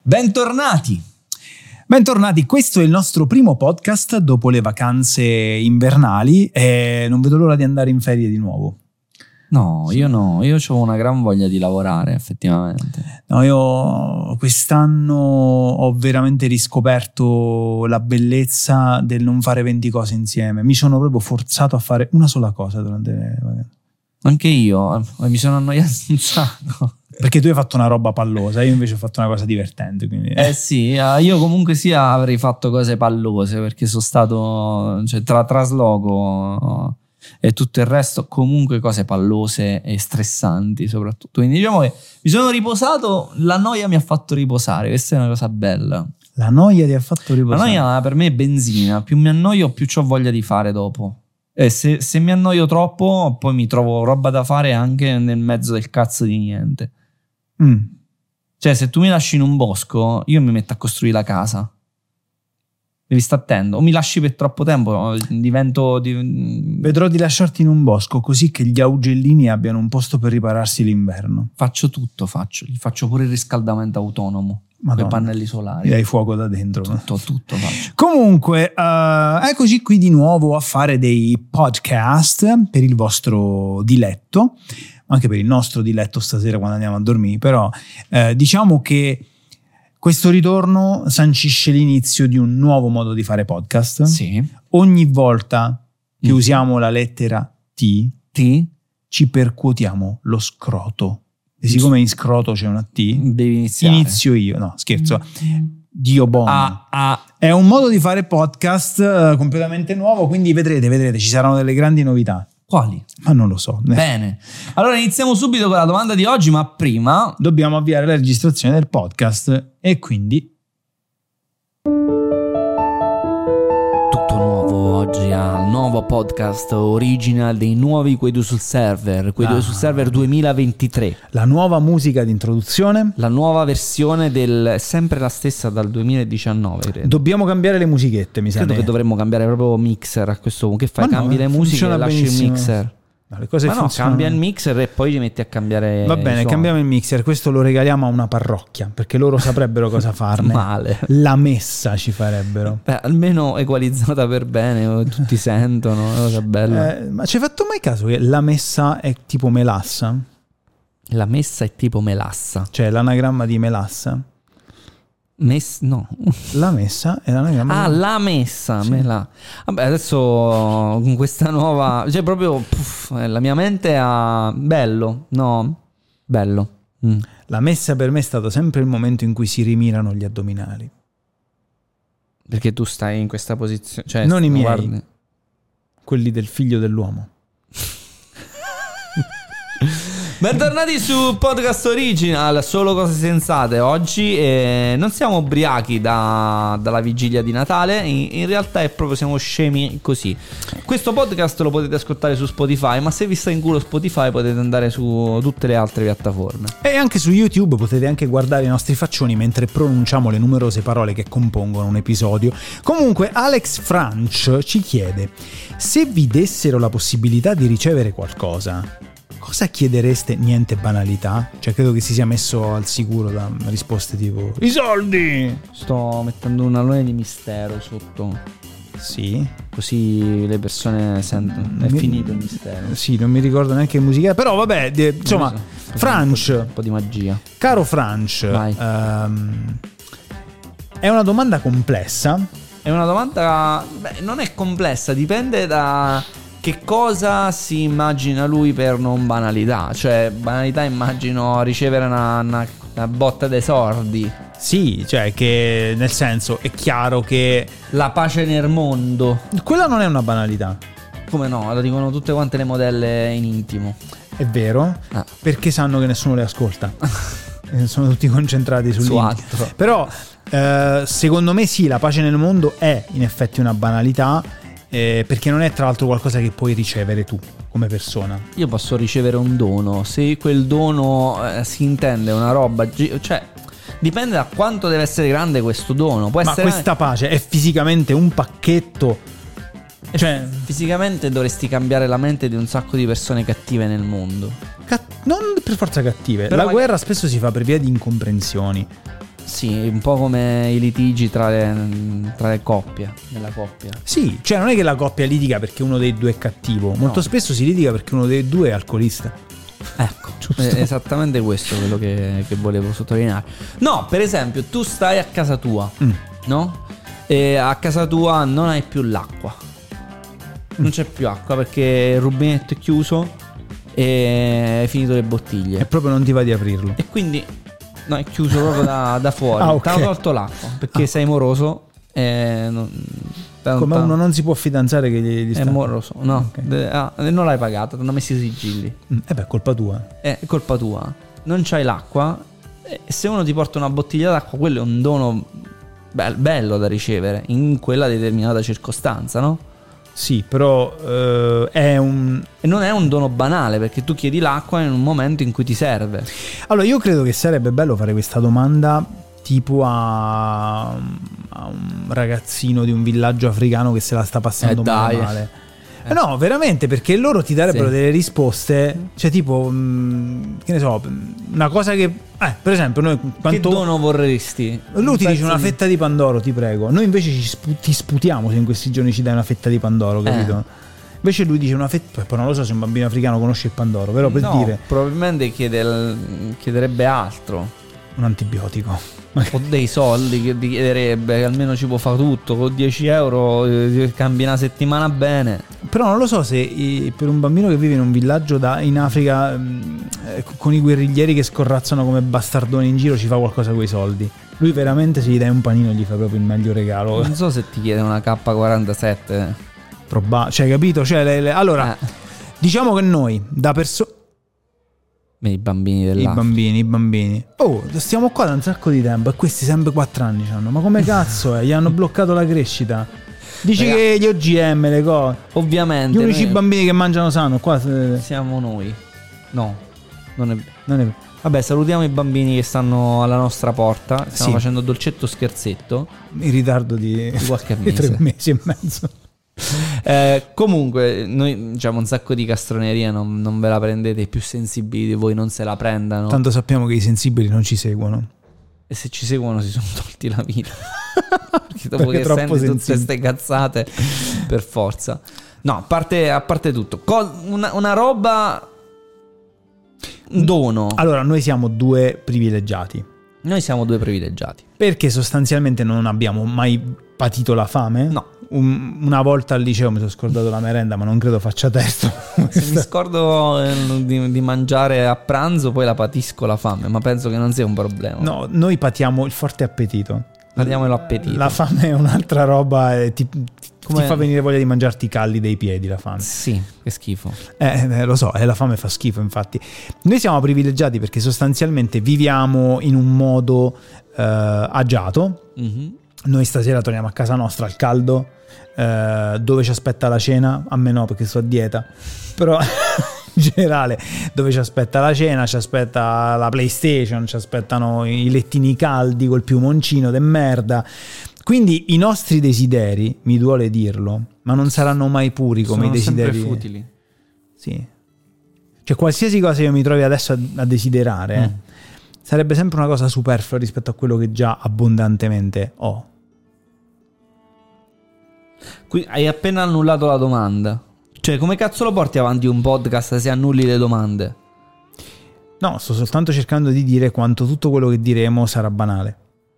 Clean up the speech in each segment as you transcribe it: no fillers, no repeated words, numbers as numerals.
Bentornati! Bentornati, questo è il nostro primo podcast dopo le vacanze invernali e non vedo l'ora di andare in ferie di nuovo. No, io ho una gran voglia di lavorare effettivamente. No, io quest'anno ho veramente riscoperto la bellezza del non fare 20 cose insieme. Mi sono proprio forzato a fare una sola cosa durante le vacanze. Anche io, mi sono annoiato un sacco. Perché tu hai fatto una roba pallosa, io invece ho fatto una cosa divertente. Quindi. Sì, io comunque sia avrei fatto cose pallose perché sono stato, cioè, tra trasloco e tutto il resto, comunque cose pallose e stressanti soprattutto. Quindi diciamo che mi sono riposato, la noia mi ha fatto riposare, questa è una cosa bella. La noia ti ha fatto riposare? La noia per me è benzina, più mi annoio più c'ho voglia di fare dopo. E se mi annoio troppo poi mi trovo roba da fare anche nel mezzo del cazzo di niente. Cioè se tu mi lasci in un bosco io mi metto a costruire la casa, devi stare attento, o mi lasci per troppo tempo Vedrò di lasciarti in un bosco così che gli augellini abbiano un posto per ripararsi l'inverno. Gli faccio pure il riscaldamento autonomo. Con i pannelli solari. Gli dai fuoco da dentro. Tutto faccio. Comunque, eccoci qui di nuovo a fare dei podcast per il vostro diletto, anche per il nostro diletto stasera quando andiamo a dormire, però diciamo che questo ritorno sancisce l'inizio di un nuovo modo di fare podcast. Sì. Ogni volta che usiamo la lettera T, ci percuotiamo lo scroto. E siccome in scroto c'è una T, devi iniziare. Inizio io. No, scherzo. Dio buono. È un modo di fare podcast completamente nuovo, quindi vedrete, ci saranno delle grandi novità. Quali? Ma non lo so. Bene. Allora iniziamo subito con la domanda di oggi, ma prima dobbiamo avviare la registrazione del podcast e quindi tutto nuovo oggi al nuovo podcast original dei nuovi Quei Due sul server, Quei Due sul server 2023. La nuova musica di introduzione, la nuova versione sempre la stessa dal 2019, credo. Dobbiamo cambiare le musichette, mi sa. Credo che dovremmo cambiare proprio mixer a questo punto. Che fai? Cambi le musiche e lasci il mixer. No, le cose cambia il mixer e poi ci metti a cambiare. Va bene, cambiamo il mixer. Questo lo regaliamo a una parrocchia perché loro saprebbero cosa farne. Male. La messa ci farebbero. Beh, almeno equalizzata per bene, tutti sentono, è una cosa bella. Ma ci hai fatto mai caso che la messa è tipo melassa? La messa è tipo melassa. Cioè l'anagramma di melassa? No. La messa è l'anagramma di... la messa, sì. Vabbè, adesso con questa nuova, cioè proprio la mia mente ha bello. La messa per me è stato sempre il momento in cui si rimirano gli addominali. Perché tu stai in questa posizione, cioè non i miei, quelli del figlio dell'uomo. Bentornati su Podcast Original, solo cose sensate oggi. Non siamo ubriachi dalla vigilia di Natale, in realtà è proprio siamo scemi così. Questo podcast lo potete ascoltare su Spotify, ma se vi sta in culo Spotify potete andare su tutte le altre piattaforme. E anche su YouTube potete anche guardare i nostri faccioni mentre pronunciamo le numerose parole che compongono un episodio. Comunque Alex Franch ci chiede: se vi dessero la possibilità di ricevere qualcosa, cosa chiedereste? Niente banalità. Cioè credo che si sia messo al sicuro da risposte tipo i soldi. Sto mettendo un alone di mistero sotto. Sì. Così le persone sentono. È finito il mistero. Sì, non mi ricordo neanche che musica. Però vabbè, insomma, Franch, un po' di magia. Caro Franch, è una domanda complessa. È una domanda... Beh, non è complessa, dipende da... che cosa si immagina lui per non banalità. Cioè banalità immagino ricevere una botta dei sordi. Sì, cioè che nel senso è chiaro che la pace nel mondo, quella non è una banalità. Come no? Lo dicono tutte quante le modelle in intimo. È vero, perché sanno che nessuno le ascolta. Sono tutti concentrati su altro. Però secondo me sì, la pace nel mondo è in effetti una banalità. Perché non è tra l'altro qualcosa che puoi ricevere tu come persona. Io posso ricevere un dono, se quel dono si intende una roba, cioè dipende da quanto deve essere grande questo dono. Può essere questa pace è fisicamente un pacchetto, cioè fisicamente dovresti cambiare la mente di un sacco di persone cattive nel mondo. Non per forza cattive. Però la guerra spesso si fa per via di incomprensioni. Sì, un po' come i litigi tra le coppie, nella coppia. Sì, cioè non è che la coppia litiga perché uno dei due è cattivo, molto spesso si litiga perché uno dei due è alcolista. Ecco, è esattamente questo quello che volevo sottolineare. No, per esempio, tu stai a casa tua, no? E a casa tua non hai più l'acqua. Non c'è più acqua perché il rubinetto è chiuso e hai finito le bottiglie. E proprio non ti va di aprirlo. E quindi no, è chiuso proprio da fuori. Okay. Ti hanno tolto l'acqua perché sei moroso. Come uno non si può fidanzare che gli sta... È moroso, no, okay. Non l'hai pagato, ti hanno messo i sigilli. Beh, colpa tua. È colpa tua. Non c'hai l'acqua. E se uno ti porta una bottiglia d'acqua, quello è un dono bello da ricevere in quella determinata circostanza, no? Sì, però è un... E non è un dono banale, perché tu chiedi l'acqua in un momento in cui ti serve. Allora, io credo che sarebbe bello fare questa domanda tipo a un ragazzino di un villaggio africano che se la sta passando male. No, veramente, perché loro ti darebbero delle risposte, cioè tipo, che ne so, una cosa che... per esempio, noi... Che dono vorresti? Lui ti dice una fetta di pandoro, ti prego. Noi invece ti sputiamo se in questi giorni ci dai una fetta di pandoro, capito? Invece lui dice una fetta... Poi non lo so se un bambino africano conosce il pandoro, però per dire... probabilmente chiederebbe altro. Un antibiotico. O dei soldi che ti chiederebbe, che almeno ci può fare tutto. Con 10 euro cambi una settimana bene. Però non lo so se per un bambino che vive in un villaggio in Africa con i guerriglieri che scorrazzano come bastardoni in giro ci fa qualcosa coi soldi. Lui veramente se gli dai un panino gli fa proprio il meglio regalo. Non so se ti chiede una K47. Cioè, capito? Cioè, allora diciamo che noi da persone... I bambini dell'Africa. I bambini. Oh, stiamo qua da un sacco di tempo e questi sempre 4 anni hanno. Ma come cazzo è? Gli hanno bloccato la crescita. Dici che gli OGM, le cose. Ovviamente. Gli unici bambini che mangiano sano qua siamo noi. No, non è. Vabbè, salutiamo i bambini che stanno alla nostra porta. Stiamo facendo dolcetto scherzetto. In ritardo di qualche mese. 3 mesi e mezzo. Comunque noi diciamo un sacco di castroneria, non ve la prendete, i più sensibili di voi non se la prendano. Tanto sappiamo che i sensibili non ci seguono. E se ci seguono si sono tolti la vita. Perché dopo che senti tutte queste cazzate, per forza. No, a parte tutto, una roba, un dono. Allora, noi siamo due privilegiati. Perché sostanzialmente non abbiamo mai patito la fame. No. Una volta al liceo mi sono scordato la merenda, ma non credo faccia testo. Se mi scordo di mangiare a pranzo, poi la patisco la fame, ma penso che non sia un problema. No, noi patiamo il forte appetito. Patiamo l'appetito. La fame è un'altra roba, ti fa venire voglia di mangiarti i calli dei piedi, la fame. Sì, che schifo. Lo so, la fame fa schifo, infatti. Noi siamo privilegiati perché sostanzialmente viviamo in un modo agiato. Mm-hmm. Noi stasera torniamo a casa nostra al caldo, dove ci aspetta la cena. A me no, perché sto a dieta, però in generale dove ci aspetta la cena, ci aspetta la PlayStation, ci aspettano i lettini caldi col piumoncino de merda. Quindi i nostri desideri, mi duole dirlo, ma non saranno mai puri come i desideri. Sono sempre futili. Sì. Cioè qualsiasi cosa io mi trovi adesso a desiderare sarebbe sempre una cosa superflua rispetto a quello che già abbondantemente ho. Qui hai appena annullato la domanda. Cioè, come cazzo lo porti avanti un podcast se annulli le domande? No, sto soltanto cercando di dire quanto tutto quello che diremo sarà banale.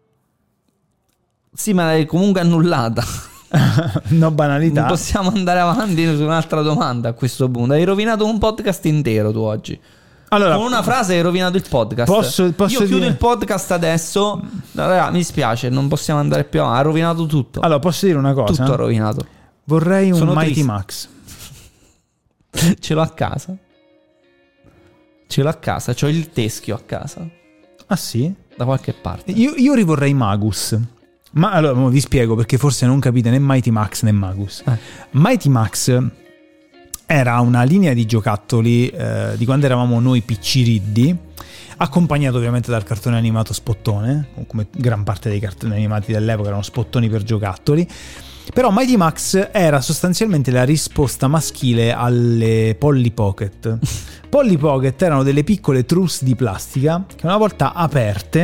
Sì, ma l'hai comunque annullata. No, banalità. Non possiamo andare avanti su un'altra domanda a questo punto. Hai rovinato un podcast intero tu oggi. Allora, con una frase hai rovinato il podcast. Io chiudo il podcast adesso. No, raga, mi dispiace, non possiamo andare più avanti. Ha rovinato tutto. Allora, posso dire una cosa? Tutto ha rovinato. Vorrei un Mighty Max. Ce l'ho a casa. C'ho il teschio a casa. Ah sì? Da qualche parte. Io rivorrei Magus. Ma allora vi spiego, perché forse non capite né Mighty Max né Magus. Mighty Max era una linea di giocattoli di quando eravamo noi picciriddi, accompagnato ovviamente dal cartone animato Spottone, come gran parte dei cartoni animati dell'epoca erano spottoni per giocattoli. Però Mighty Max era sostanzialmente la risposta maschile alle Polly Pocket. Polly Pocket erano delle piccole trousse di plastica che una volta aperte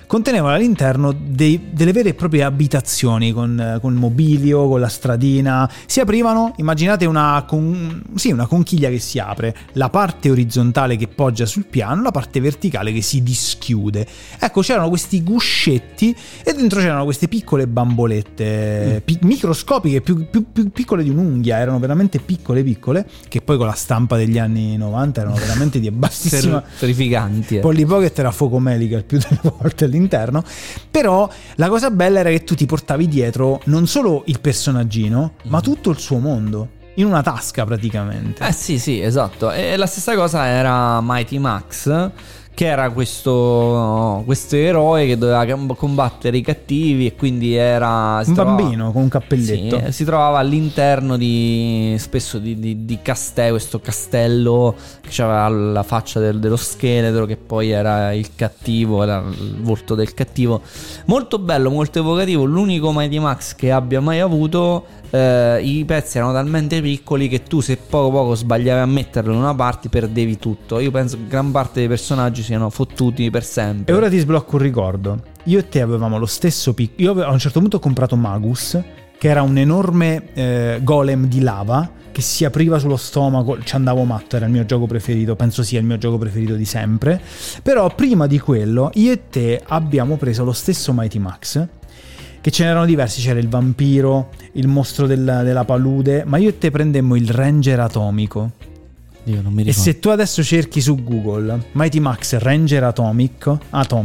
contenevano all'interno delle vere e proprie abitazioni con mobilio, con la stradina. Si aprivano, immaginate una conchiglia che si apre, la parte orizzontale che poggia sul piano, la parte verticale che si dischiude. Ecco, c'erano questi guscetti e dentro c'erano queste piccole bambolette microscopiche, più piccole di un'unghia, erano veramente piccole, che poi con la stampa degli anni 90 erano veramente di bassissima terrificanti. Polly Pocket era fuoco medical più delle volte all'interno. Però la cosa bella era che tu ti portavi dietro non solo il personaggino, ma tutto il suo mondo in una tasca praticamente. Sì, esatto. E la stessa cosa era Mighty Max, che era questo eroe che doveva combattere i cattivi e quindi era un bambino con un cappelletto. Sì, si trovava all'interno spesso di questo castello che aveva la faccia dello scheletro, che poi era il cattivo, era il volto del cattivo. Molto bello, molto evocativo. L'unico Mighty Max che abbia mai avuto. I pezzi erano talmente piccoli che tu, se poco sbagliavi a metterlo in una parte, perdevi tutto. Io penso che gran parte dei personaggi siano fottuti per sempre. E ora ti sblocco un ricordo. Io e te avevamo lo stesso io a un certo punto ho comprato Magus, che era un enorme golem di lava che si apriva sullo stomaco. Ci andavo matto, era il mio gioco preferito, penso sia il mio gioco preferito di sempre. Però prima di quello io e te abbiamo preso lo stesso Mighty Max, che ce n'erano diversi, c'era il vampiro, il mostro della palude, ma io e te prendemmo il Ranger atomico. Io non mi ricordo. E se tu adesso cerchi su Google Mighty Max Ranger atomico,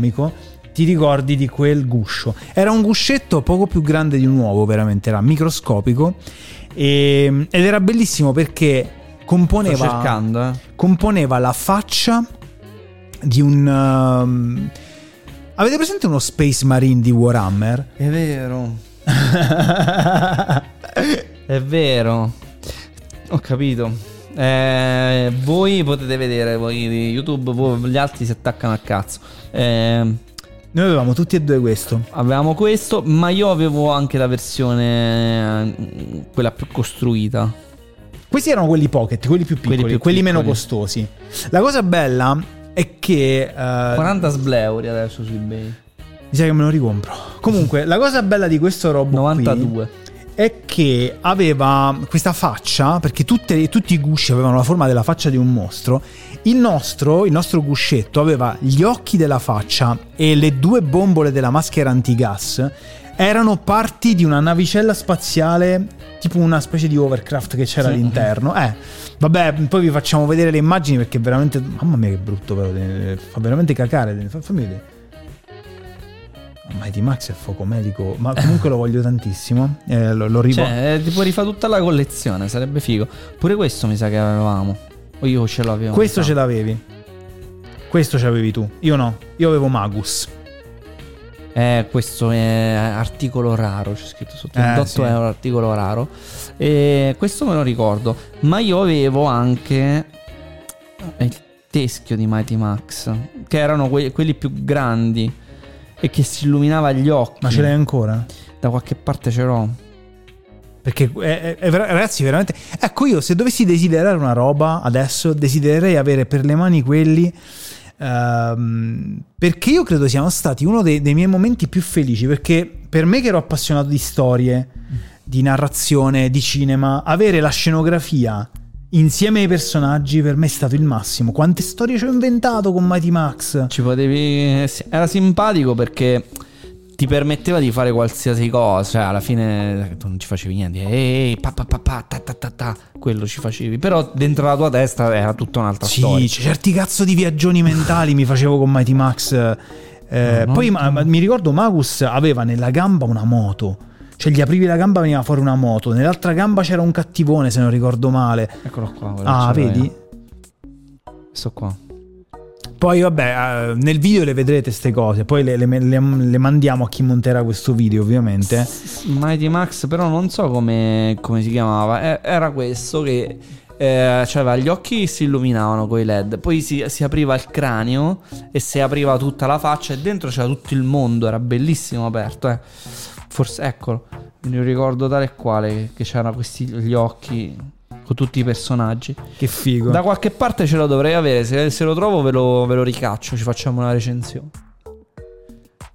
ti ricordi di quel guscio. Era un guscetto poco più grande di un uovo, veramente, era microscopico ed era bellissimo perché componeva la faccia di un... Avete presente uno Space Marine di Warhammer? È vero. È vero. Ho capito. Voi potete vedere, voi di YouTube, gli altri si attaccano al cazzo. Noi avevamo tutti e due questo. Avevamo questo, ma io avevo anche la versione quella più costruita. Questi erano quelli pocket, quelli più piccoli, quelli meno costosi. La cosa bella è che 40 sbleuri adesso su eBay. Mi sa che me lo ricompro. Comunque la cosa bella di questo robot 92 è che aveva questa faccia, perché tutti i gusci avevano la forma della faccia di un mostro. Il nostro guscetto aveva gli occhi della faccia e le due bombole della maschera antigas erano parti di una navicella spaziale, tipo una specie di hovercraft che c'era all'interno. Vabbè, poi vi facciamo vedere le immagini perché veramente, mamma mia che brutto, però fa veramente cacare. Fammi vedere. Mighty Max è fuoco medico, ma comunque lo voglio tantissimo. Lo tipo rifà tutta la collezione, sarebbe figo. Pure questo mi sa che avevamo. O io ce l'avevo. Questo ce l'avevi. Questo ce l'avevi tu. Io no. Io avevo Magus. Questo è articolo raro, c'è scritto sotto. €8 articolo raro. E questo me lo ricordo. Ma io avevo anche il teschio di Mighty Max, che erano quelli più grandi e che si illuminava gli occhi. Ma ce l'hai ancora? Da qualche parte ce l'ho. Perché ragazzi, veramente, ecco, io se dovessi desiderare una roba adesso, desidererei avere per le mani quelli, perché io credo siano stati uno dei miei momenti più felici, perché per me che ero appassionato di storie, di narrazione, di cinema, avere la scenografia insieme ai personaggi per me è stato il massimo. Quante storie ci ho inventato con Mighty Max. Era simpatico perché ti permetteva di fare qualsiasi cosa, cioè alla fine tu non ci facevi niente, quello ci facevi, però dentro la tua testa era tutta un'altra storia. Sì, certi cazzo di viaggioni mentali mi facevo con Mighty Max. Mi ricordo Magus aveva nella gamba una moto. Cioè gli aprivi la gamba, veniva fuori una moto. Nell'altra gamba c'era un cattivone, se non ricordo male. Eccolo qua. Vedi? Questo qua. Poi vabbè, nel video le vedrete ste cose. Poi le mandiamo a chi monterà questo video, ovviamente. Mighty Max, però non so come si chiamava. Era questo che aveva gli occhi che si illuminavano con i LED. Poi si apriva il cranio e si apriva tutta la faccia. E dentro c'era tutto il mondo. Era bellissimo aperto, Forse, eccolo, me lo ricordo tale e quale, che c'erano gli occhi con tutti i personaggi. Che figo. Da qualche parte ce lo dovrei avere. Se lo trovo ve lo ricaccio. Ci facciamo una recensione.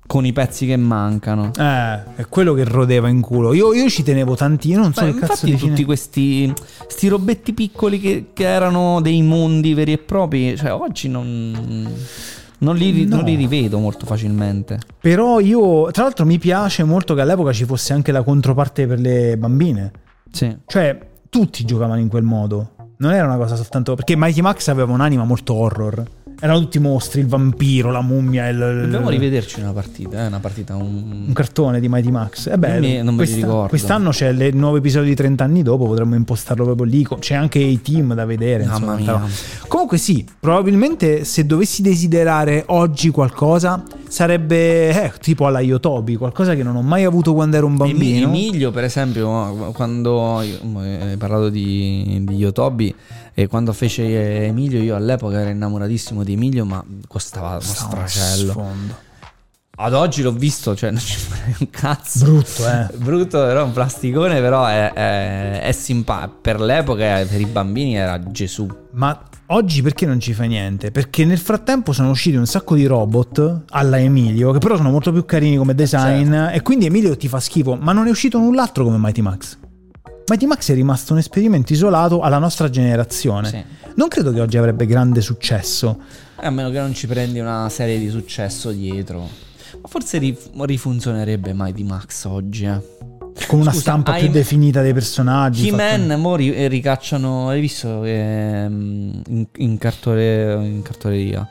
con i pezzi che mancano. È quello che rodeva in culo. Io ci tenevo tanti, io non so che cazzo di tutti questi robetti piccoli che erano dei mondi veri e propri, cioè oggi non li rivedo molto facilmente. Però io, tra l'altro, mi piace molto che all'epoca ci fosse anche la controparte per le bambine. Sì. Cioè, tutti giocavano in quel modo. Non era una cosa soltanto... Perché Mighty Max aveva un'anima molto horror. Erano tutti mostri, il vampiro, la mummia. Dobbiamo rivederci una partita, un cartone di Mighty Max. Non me li ricordo. Quest'anno c'è il nuovo episodio di 30 anni dopo, potremmo impostarlo proprio lì. C'è anche i team da vedere. Mamma mia. Comunque sì, probabilmente se dovessi desiderare oggi qualcosa sarebbe tipo alla Yotobi, qualcosa che non ho mai avuto quando ero un bambino. Emilio, per esempio, quando hai parlato di Yotobi, e quando fece Emilio, io all'epoca ero innamoratissimo di Emilio, ma costava uno stracello. Ad oggi l'ho visto, cioè non ci fai un cazzo. Brutto, però un plasticone, però è simpatico. Per l'epoca, per i bambini era Gesù. Ma oggi perché non ci fai niente? Perché nel frattempo sono usciti un sacco di robot alla Emilio, che però sono molto più carini come design, certo. E quindi Emilio ti fa schifo, ma non è uscito null'altro come Mighty Max. Mighty Max è rimasto un esperimento isolato alla nostra generazione. Sì. Non credo che oggi avrebbe grande successo. A meno che non ci prendi una serie di successo dietro. Ma forse rifunzionerebbe Mighty Max oggi, con una stampa più definita dei personaggi. He-Man mo ricacciano, hai visto che in cartoleria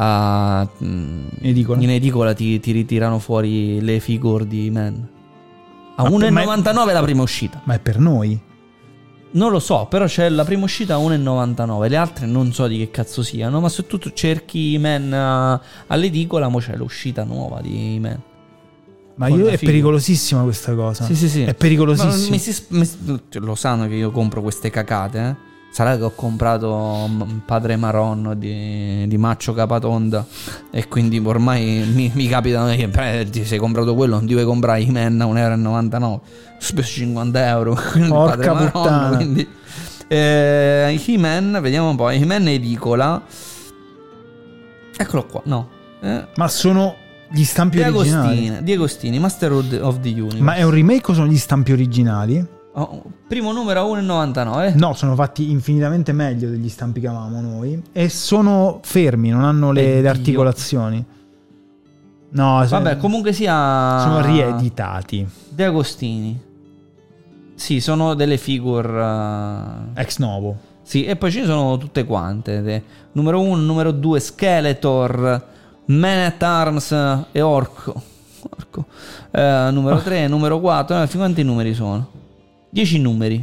in edicola ti ritirano fuori le figure di He-Man a 1,99 la prima uscita. Ma è per noi? Non lo so, però c'è la prima uscita a 1,99, le altre non so di che cazzo siano, ma se tu cerchi He-Man all'edicola, mo c'è l'uscita nuova di He-Man. Ma è pericolosissima questa cosa. Sì. È pericolosissima. Lo sanno che io compro queste cacate, Sarà che ho comprato Padre Maron di Maccio Capatonda e quindi ormai mi capitano che se hai comprato quello non ti vuoi comprare He-Man a 1,99 €, spesso 50 euro. Porca puttana. Quindi He-Man, vediamo un po'. He-Man edicola, eccolo qua. No, ma sono gli stampi originali di Agostini, Master of the Universe. Ma è un remake o sono gli stampi originali? Primo numero a 1,99. No, sono fatti infinitamente meglio degli stampi che avevamo noi e sono fermi, non hanno le articolazioni. No, vabbè, comunque sia, sono rieditati. De Agostini. Sì, sono delle figure ex novo. Sì, e poi ci sono tutte quante. Numero 1, numero 2 Skeletor, Man at Arms e Orco. Numero 3, numero 4, quanti numeri sono? 10 numeri.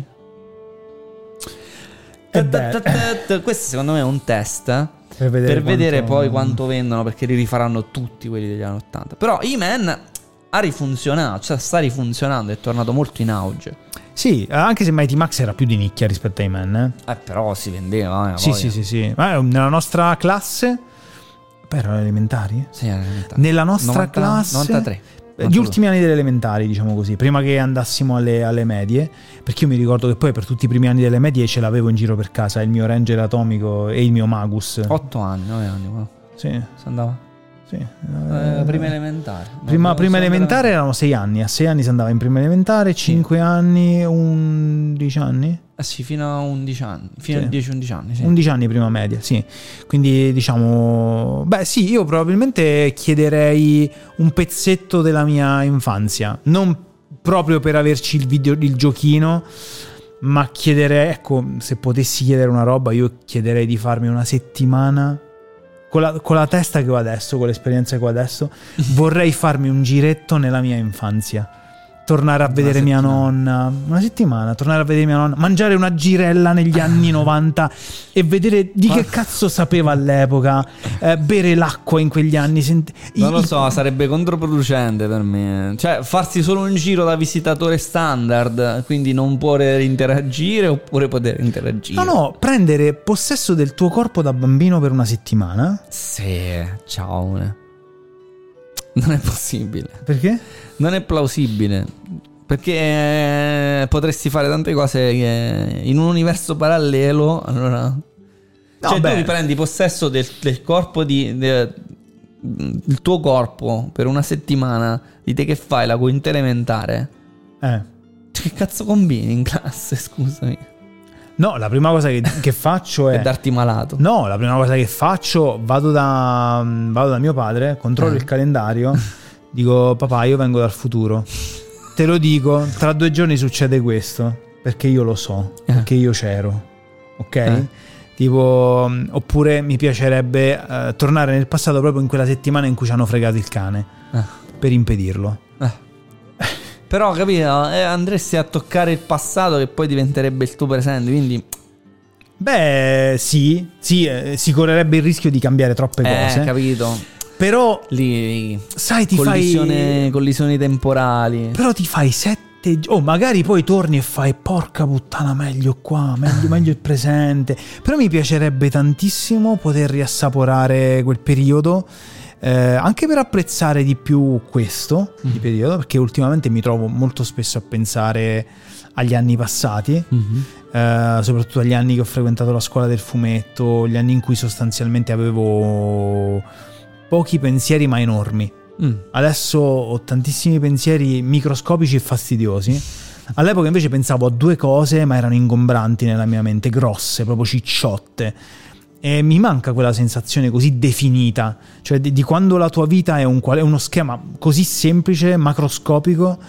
Questo secondo me è un test per vedere poi quanto vendono, perché li rifaranno tutti quelli degli anni 80. Però He-Man ha rifunzionato, cioè sta rifunzionando, è tornato molto in auge. Sì, anche se Mighty Max era più di nicchia rispetto a He-Man. Però si vendeva. Sì. Ma nella nostra classe, erano elementari? Sì, elementari. Nella nostra classe 93. Gli ultimi anni delle elementari, diciamo così, prima che andassimo alle medie, perché io mi ricordo che poi per tutti i primi anni delle medie ce l'avevo in giro per casa, il mio Ranger atomico e il mio Magus. 8 anni, 9 anni, wow. Sì. Si andava? Sì. Prima elementare. Prima elementare erano 6 anni, a 6 anni si andava in prima elementare, 5 anni, 11 anni? Sì, fino a 11 anni, fino a 10-11 anni, sì. 11 anni prima media, sì. Quindi diciamo, sì, io probabilmente chiederei un pezzetto della mia infanzia, non proprio per averci il giochino, ma chiederei, ecco, se potessi chiedere una roba, io chiederei di farmi una settimana con la testa che ho adesso, con l'esperienza che ho adesso, vorrei farmi un giretto nella mia infanzia. Tornare a vedere mia nonna, una settimana, tornare a vedere mia nonna, mangiare una girella negli anni 90 e vedere di che cazzo sapeva all'epoca, bere l'acqua in quegli anni. Non lo so, sarebbe controproducente per me. Cioè, farsi solo un giro da visitatore standard, quindi non poter interagire oppure poter interagire. No, prendere possesso del tuo corpo da bambino per una settimana. Sì, ciao. Non è possibile. Perché? Non è plausibile, perché potresti fare tante cose che in un universo parallelo, allora tu prendi possesso del corpo di il tuo corpo per una settimana di te che fai la quinta elementare, che cazzo combini in classe, scusami? No, la prima cosa che faccio è darti malato. No, la prima cosa che faccio, vado da mio padre, controllo il calendario, dico: papà, io vengo dal futuro, te lo dico, tra 2 giorni succede questo, perché io lo so, perché io c'ero, ok? Tipo, oppure mi piacerebbe tornare nel passato proprio in quella settimana in cui ci hanno fregato il cane, per impedirlo. Però, capito, andresti a toccare il passato che poi diventerebbe il tuo presente, quindi... Beh, sì, si correrebbe il rischio di cambiare troppe cose. Capito. Però, lì, sai, ti collisioni temporali. Però ti fai 7... magari poi torni e fai: porca puttana, meglio qua, meglio il presente. Però mi piacerebbe tantissimo poter riassaporare quel periodo, anche per apprezzare di più questo di periodo, perché ultimamente mi trovo molto spesso a pensare agli anni passati, soprattutto agli anni che ho frequentato la scuola del fumetto, gli anni in cui sostanzialmente avevo pochi pensieri ma enormi. Adesso ho tantissimi pensieri microscopici e fastidiosi. All'epoca invece pensavo a 2 cose ma erano ingombranti nella mia mente, grosse, proprio cicciotte. E mi manca quella sensazione così definita, cioè di quando la tua vita è uno schema così semplice, macroscopico,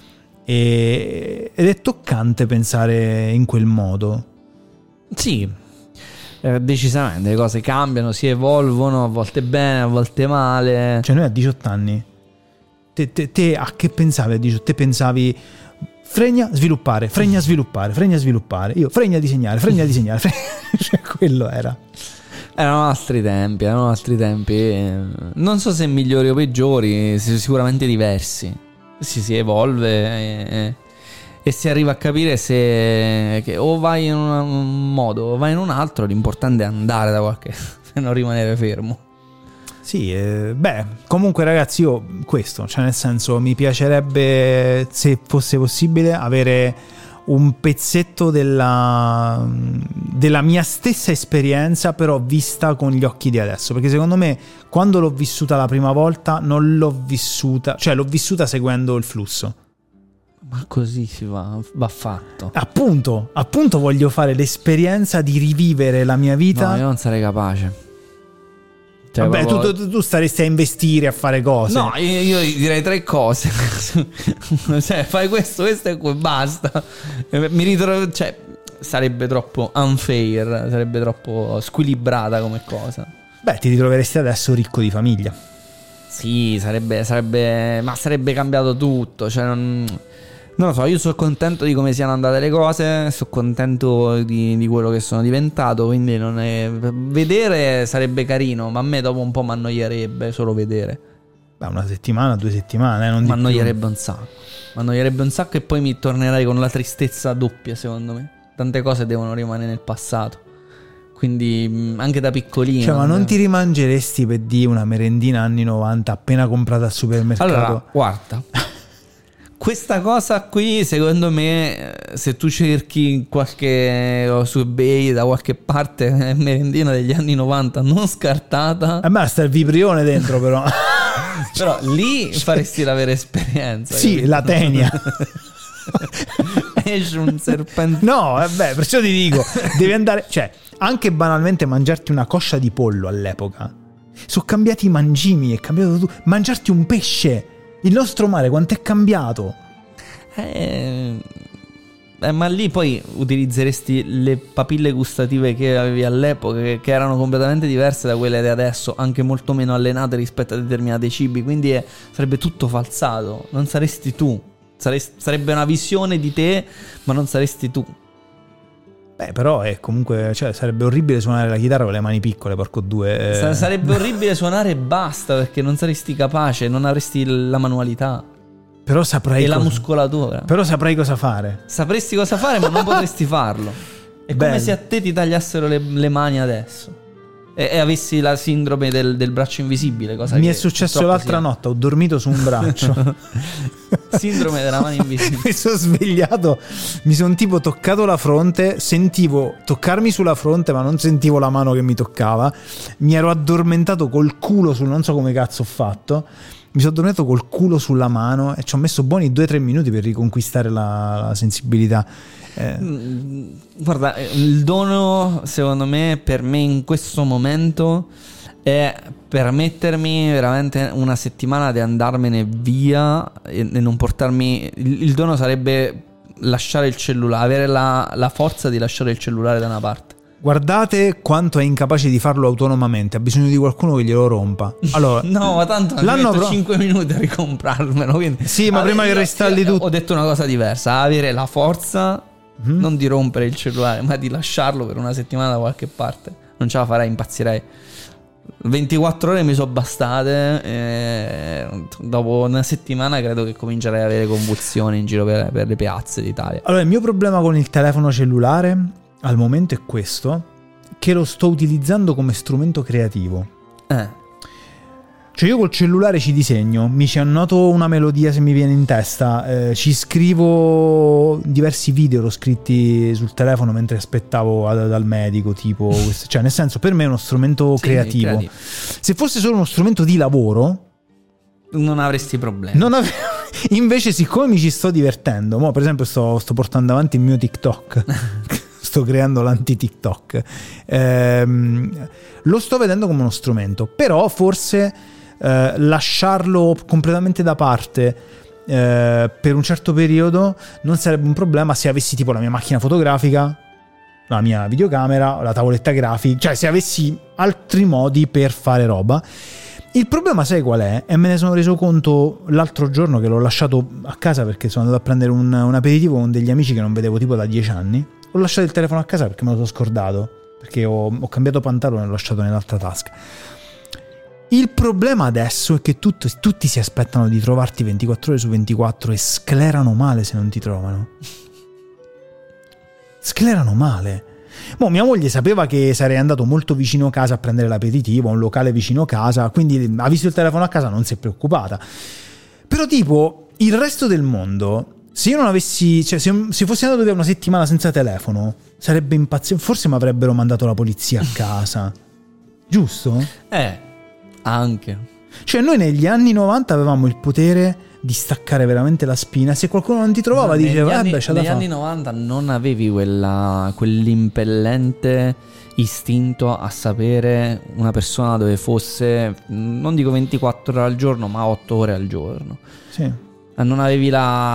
ed è toccante pensare in quel modo. Sì, decisamente le cose cambiano, si evolvono, a volte bene, a volte male. Cioè, noi a 18 anni te a che pensavi a 18? Te pensavi: fregna sviluppare, io fregna disegnare. Cioè, quello era. Erano altri tempi. Non so se migliori o peggiori, sicuramente diversi. Si evolve e si arriva a capire che o vai in un modo o vai in un altro. L'importante è andare da qualche e non rimanere fermo. Sì, comunque ragazzi, io questo, cioè nel senso, mi piacerebbe, se fosse possibile, avere un pezzetto della mia stessa esperienza, però vista con gli occhi di adesso, perché secondo me quando l'ho vissuta la prima volta non l'ho vissuta, cioè l'ho vissuta seguendo il flusso. Ma così si va fatto. Appunto voglio fare l'esperienza di rivivere la mia vita. No, io non sarei capace. Cioè, vabbè, tu staresti a investire, a fare cose. No, io direi 3 cose. Cioè, fai questo e basta. Mi ritrovo, cioè, sarebbe troppo unfair, sarebbe troppo squilibrata come cosa. Beh, ti ritroveresti adesso ricco di famiglia. Sì, ma sarebbe cambiato tutto. Cioè, non lo so, io sono contento di come siano andate le cose, sono contento di quello che sono diventato, quindi vedere sarebbe carino, ma a me dopo un po' mi annoierebbe solo vedere. Beh, 1 settimana, 2 settimane, non di più. Mi annoierebbe un sacco e poi mi tornerei con la tristezza doppia, secondo me. Tante cose devono rimanere nel passato, quindi anche da piccolino. Cioè, ma non ti rimangeresti per dire una merendina anni 90 appena comprata al supermercato? Allora, guarda, questa cosa qui, secondo me, se tu cerchi su eBay da qualche parte, è merendina degli anni 90 non scartata. A me sta il vibrione dentro, però. Però lì faresti la vera esperienza. Sì, capito? La tenia. Esce un serpente. No, vabbè, perciò ti dico, devi andare, cioè, anche banalmente mangiarti una coscia di pollo all'epoca. Sono cambiati i mangimi, è cambiato tutto. Mangiarti un pesce. Il nostro mare quanto è cambiato? Ma lì poi utilizzeresti le papille gustative che avevi all'epoca, che erano completamente diverse da quelle di adesso, anche molto meno allenate rispetto a determinati cibi, quindi sarebbe tutto falsato, non saresti tu, sarebbe una visione di te, ma non saresti tu. Beh, però è comunque, cioè, sarebbe orribile suonare la chitarra con le mani piccole, porco due. Sarebbe orribile suonare e basta, perché non saresti capace, non avresti la manualità. Però saprai la muscolatura. Però saprai cosa fare. Sapresti cosa fare, ma non potresti farlo. È come se a te ti tagliassero le mani adesso. e avessi la sindrome del braccio invisibile, cosa mi è successo l'altra notte, ho dormito su un braccio. Sindrome della mano invisibile. Mi sono svegliato, mi sono tipo toccato la fronte, sentivo toccarmi sulla fronte ma non sentivo la mano che mi toccava, mi ero addormentato col culo sul, non so come cazzo ho fatto, mi sono addormentato col culo sulla mano e ci ho messo buoni 2-3 minuti per riconquistare la sensibilità. Guarda, il dono secondo me, per me in questo momento, è permettermi veramente una settimana di andarmene via e non portarmi. Il dono sarebbe lasciare il cellulare, avere la forza di lasciare il cellulare da una parte. Guardate quanto è incapace di farlo autonomamente, ha bisogno di qualcuno che glielo rompa. Allora, no, ma tanto mi metto 5 minuti a ricomprarmelo, quindi. Sì, ma prima che reinstalli tutto. Ho detto una cosa diversa: avere la forza non di rompere il cellulare, ma di lasciarlo per una settimana da qualche parte. Non ce la farei, impazzirei. 24 ore mi sono bastate e dopo una settimana credo che comincerei ad avere convulsioni in giro per le piazze d'Italia. Allora, il mio problema con il telefono cellulare al momento è questo, che lo sto utilizzando come strumento creativo. Cioè io col cellulare ci disegno, mi ci annoto una melodia se mi viene in testa, ci scrivo diversi video, l'ho scritti sul telefono mentre aspettavo dal medico, tipo questo. Cioè nel senso, per me è uno strumento creativo. Se fosse solo uno strumento di lavoro non avresti problemi. Invece, siccome mi ci sto divertendo, mo per esempio sto portando avanti il mio TikTok sto creando l'anti-TikTok, lo sto vedendo come uno strumento, però forse lasciarlo completamente da parte per un certo periodo non sarebbe un problema se avessi tipo la mia macchina fotografica, la mia videocamera, la tavoletta grafica, cioè se avessi altri modi per fare roba. Il problema sai qual è? E me ne sono reso conto l'altro giorno che l'ho lasciato a casa perché sono andato a prendere un aperitivo con degli amici che non vedevo tipo da 10 anni. Ho lasciato il telefono a casa perché me lo sono scordato, perché ho cambiato pantalone e l'ho lasciato nell'altra tasca. Il problema adesso è che tutti si aspettano di trovarti 24 ore su 24 e sclerano male se non ti trovano. Sclerano male. Mia moglie sapeva che sarei andato molto vicino casa a prendere l'aperitivo, a un locale vicino casa, quindi ha visto il telefono a casa, non si è preoccupata. Però tipo il resto del mondo, se io non avessi, cioè se fossi andato via una settimana senza telefono, sarebbe impazzito, forse mi avrebbero mandato la polizia a casa. Giusto? Anche. Cioè noi negli anni 90 avevamo il potere di staccare veramente la spina. Se qualcuno non ti trovava diceva c'è da fare. Negli anni 90 non avevi quell'impellente istinto a sapere una persona dove fosse, non dico 24 ore al giorno, ma 8 ore al giorno. Sì. Non avevi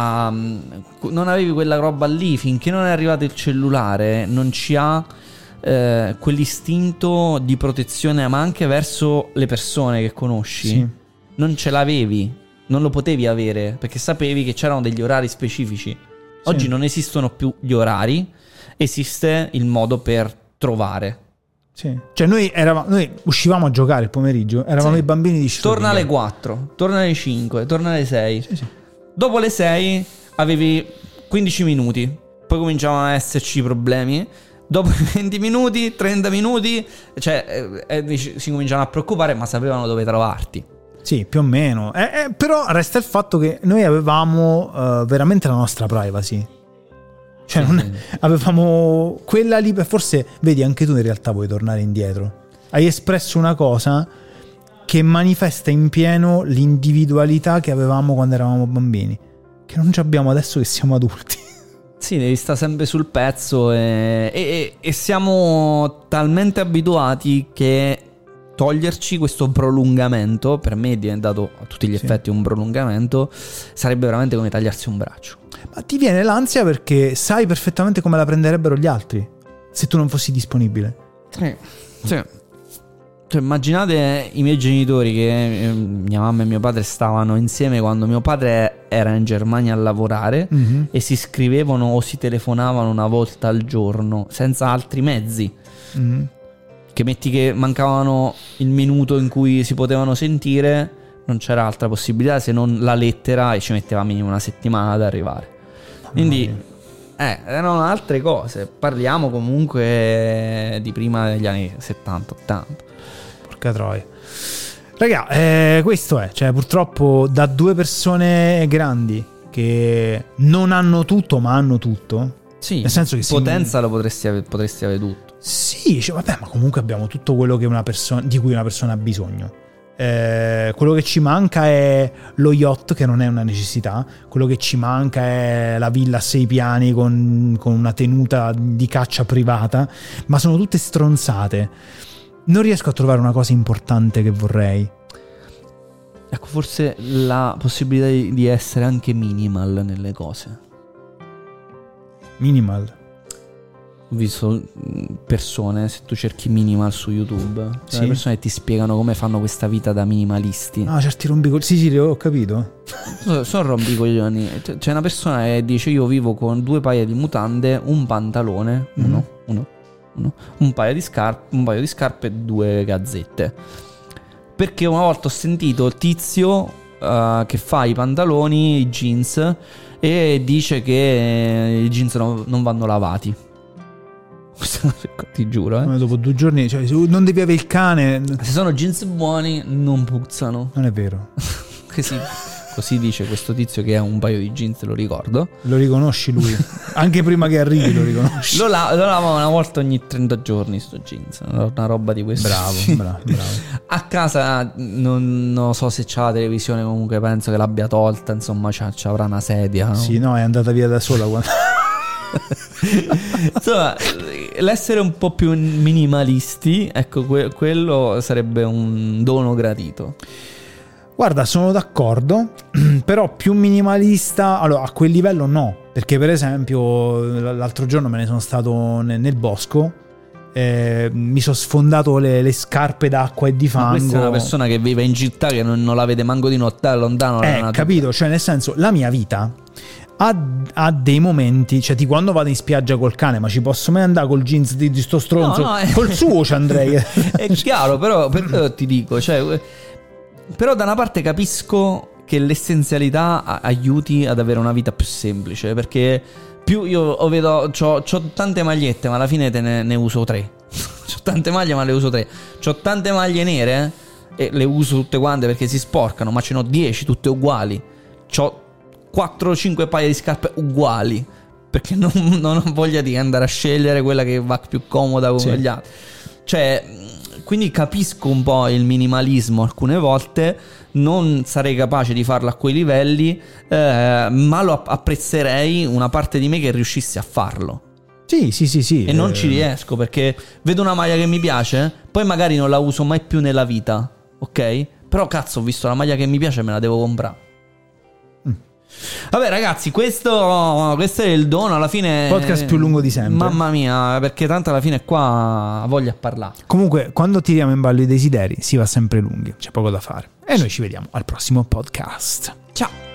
quella roba lì. Finché non è arrivato il cellulare non ci ha quell'istinto di protezione, ma anche verso le persone che conosci. Sì. Non ce l'avevi, non lo potevi avere perché sapevi che c'erano degli orari specifici. Oggi non esistono più gli orari, esiste il modo per trovare. Sì. Cioè noi uscivamo a giocare il pomeriggio, eravamo i bambini di Schrödinger. Torna alle 4, torna alle 5, torna alle 6. Sì. Dopo le 6 avevi 15 minuti, poi cominciavano a esserci problemi. Dopo 20 minuti, 30 minuti, cioè si cominciavano a preoccupare, ma sapevano dove trovarti. Sì, più o meno. Però resta il fatto che noi avevamo veramente la nostra privacy. Cioè avevamo quella lì, forse vedi anche tu in realtà vuoi tornare indietro. Hai espresso una cosa che manifesta in pieno l'individualità che avevamo quando eravamo bambini, che non ci abbiamo adesso che siamo adulti. Sì, devi stare sempre sul pezzo e siamo talmente abituati che toglierci questo prolungamento, per me è diventato a tutti gli effetti un prolungamento, sarebbe veramente come tagliarsi un braccio. Ma ti viene l'ansia perché sai perfettamente come la prenderebbero gli altri se tu non fossi disponibile. Sì. Cioè, immaginate i miei genitori che mia mamma e mio padre stavano insieme quando mio padre era in Germania a lavorare e si scrivevano o si telefonavano una volta al giorno senza altri mezzi. Che metti che mancavano il minuto in cui si potevano sentire, non c'era altra possibilità se non la lettera e ci metteva minimo una settimana ad arrivare. Quindi erano altre cose. Parliamo comunque di prima degli anni 70-80. Porca troia. Raga, questo è, cioè purtroppo da due persone grandi che non hanno tutto ma hanno tutto. Sì, nel senso che potenza lo potresti avere tutto. Sì, cioè, vabbè, ma comunque abbiamo tutto quello che di cui una persona ha bisogno. Quello che ci manca è lo yacht, che non è una necessità. Quello che ci manca è la villa a 6 piani con una tenuta di caccia privata. Ma sono tutte stronzate. Non riesco a trovare una cosa importante che vorrei. Ecco, forse la possibilità di essere anche minimal nelle cose. Minimal? Ho visto persone, se tu cerchi minimal su YouTube, sì, persone che ti spiegano come fanno questa vita da minimalisti. Ah, certi rompicoglioni. Sì, ho capito. Sono rompicoglioni. C'è una persona che dice: io vivo con 2 paia di mutande, un pantalone, uno, un paio di scarpe e 2 gazzette. Perché una volta ho sentito il tizio che fa i pantaloni, i jeans, e dice che i jeans non vanno lavati. Ti giuro, dopo 2 giorni, cioè, non devi avere il cane. Se sono jeans buoni non puzzano. Non è vero. Così dice questo tizio che ha un paio di jeans, lo ricordo. Lo riconosci lui? Anche prima che arrivi lo riconosci. Lo lavo una volta ogni 30 giorni sto jeans, una roba di questo. Bravo. A casa non so se c'ha la televisione, comunque penso che l'abbia tolta, insomma c'avrà una sedia, no? Sì, no, è andata via da sola quando... Insomma, l'essere un po' più minimalisti, ecco, quello sarebbe un dono gradito. Guarda, sono d'accordo, però più minimalista, allora a quel livello no, perché per esempio l'altro giorno me ne sono stato nel bosco, mi sono sfondato le scarpe d'acqua e di fango. Ma questa è una persona che vive in città, che non la vede manco di notte, lontano. Capito, cioè nel senso, la mia vita ha dei momenti, cioè di quando vado in spiaggia col cane, ma ci posso mai andare col jeans di sto stronzo? No, col suo ci andrei. È chiaro, però ti dico, cioè... Però da una parte capisco che l'essenzialità aiuti ad avere una vita più semplice, perché più io vedo, c'ho tante magliette, ma alla fine ne uso 3. C'ho tante maglie, ma le uso 3. C'ho tante maglie nere e le uso tutte quante perché si sporcano, ma ce n'ho 10 tutte uguali. C'ho 4-5 paia di scarpe uguali, perché non ho voglia di andare a scegliere quella che va più comoda come gli altri. Cioè, quindi capisco un po' il minimalismo alcune volte, non sarei capace di farlo a quei livelli, ma lo apprezzerei una parte di me che riuscisse a farlo. Sì. E non ci riesco, perché vedo una maglia che mi piace, poi magari non la uso mai più nella vita, ok? Però cazzo, ho visto la maglia che mi piace, me la devo comprare. Vabbè ragazzi, questo è il dono, alla fine podcast più lungo di sempre. Mamma mia, perché tanto alla fine qua voglia parlare. Comunque quando tiriamo in ballo i desideri si va sempre lunghi, c'è poco da fare. E noi ci vediamo al prossimo podcast. Ciao.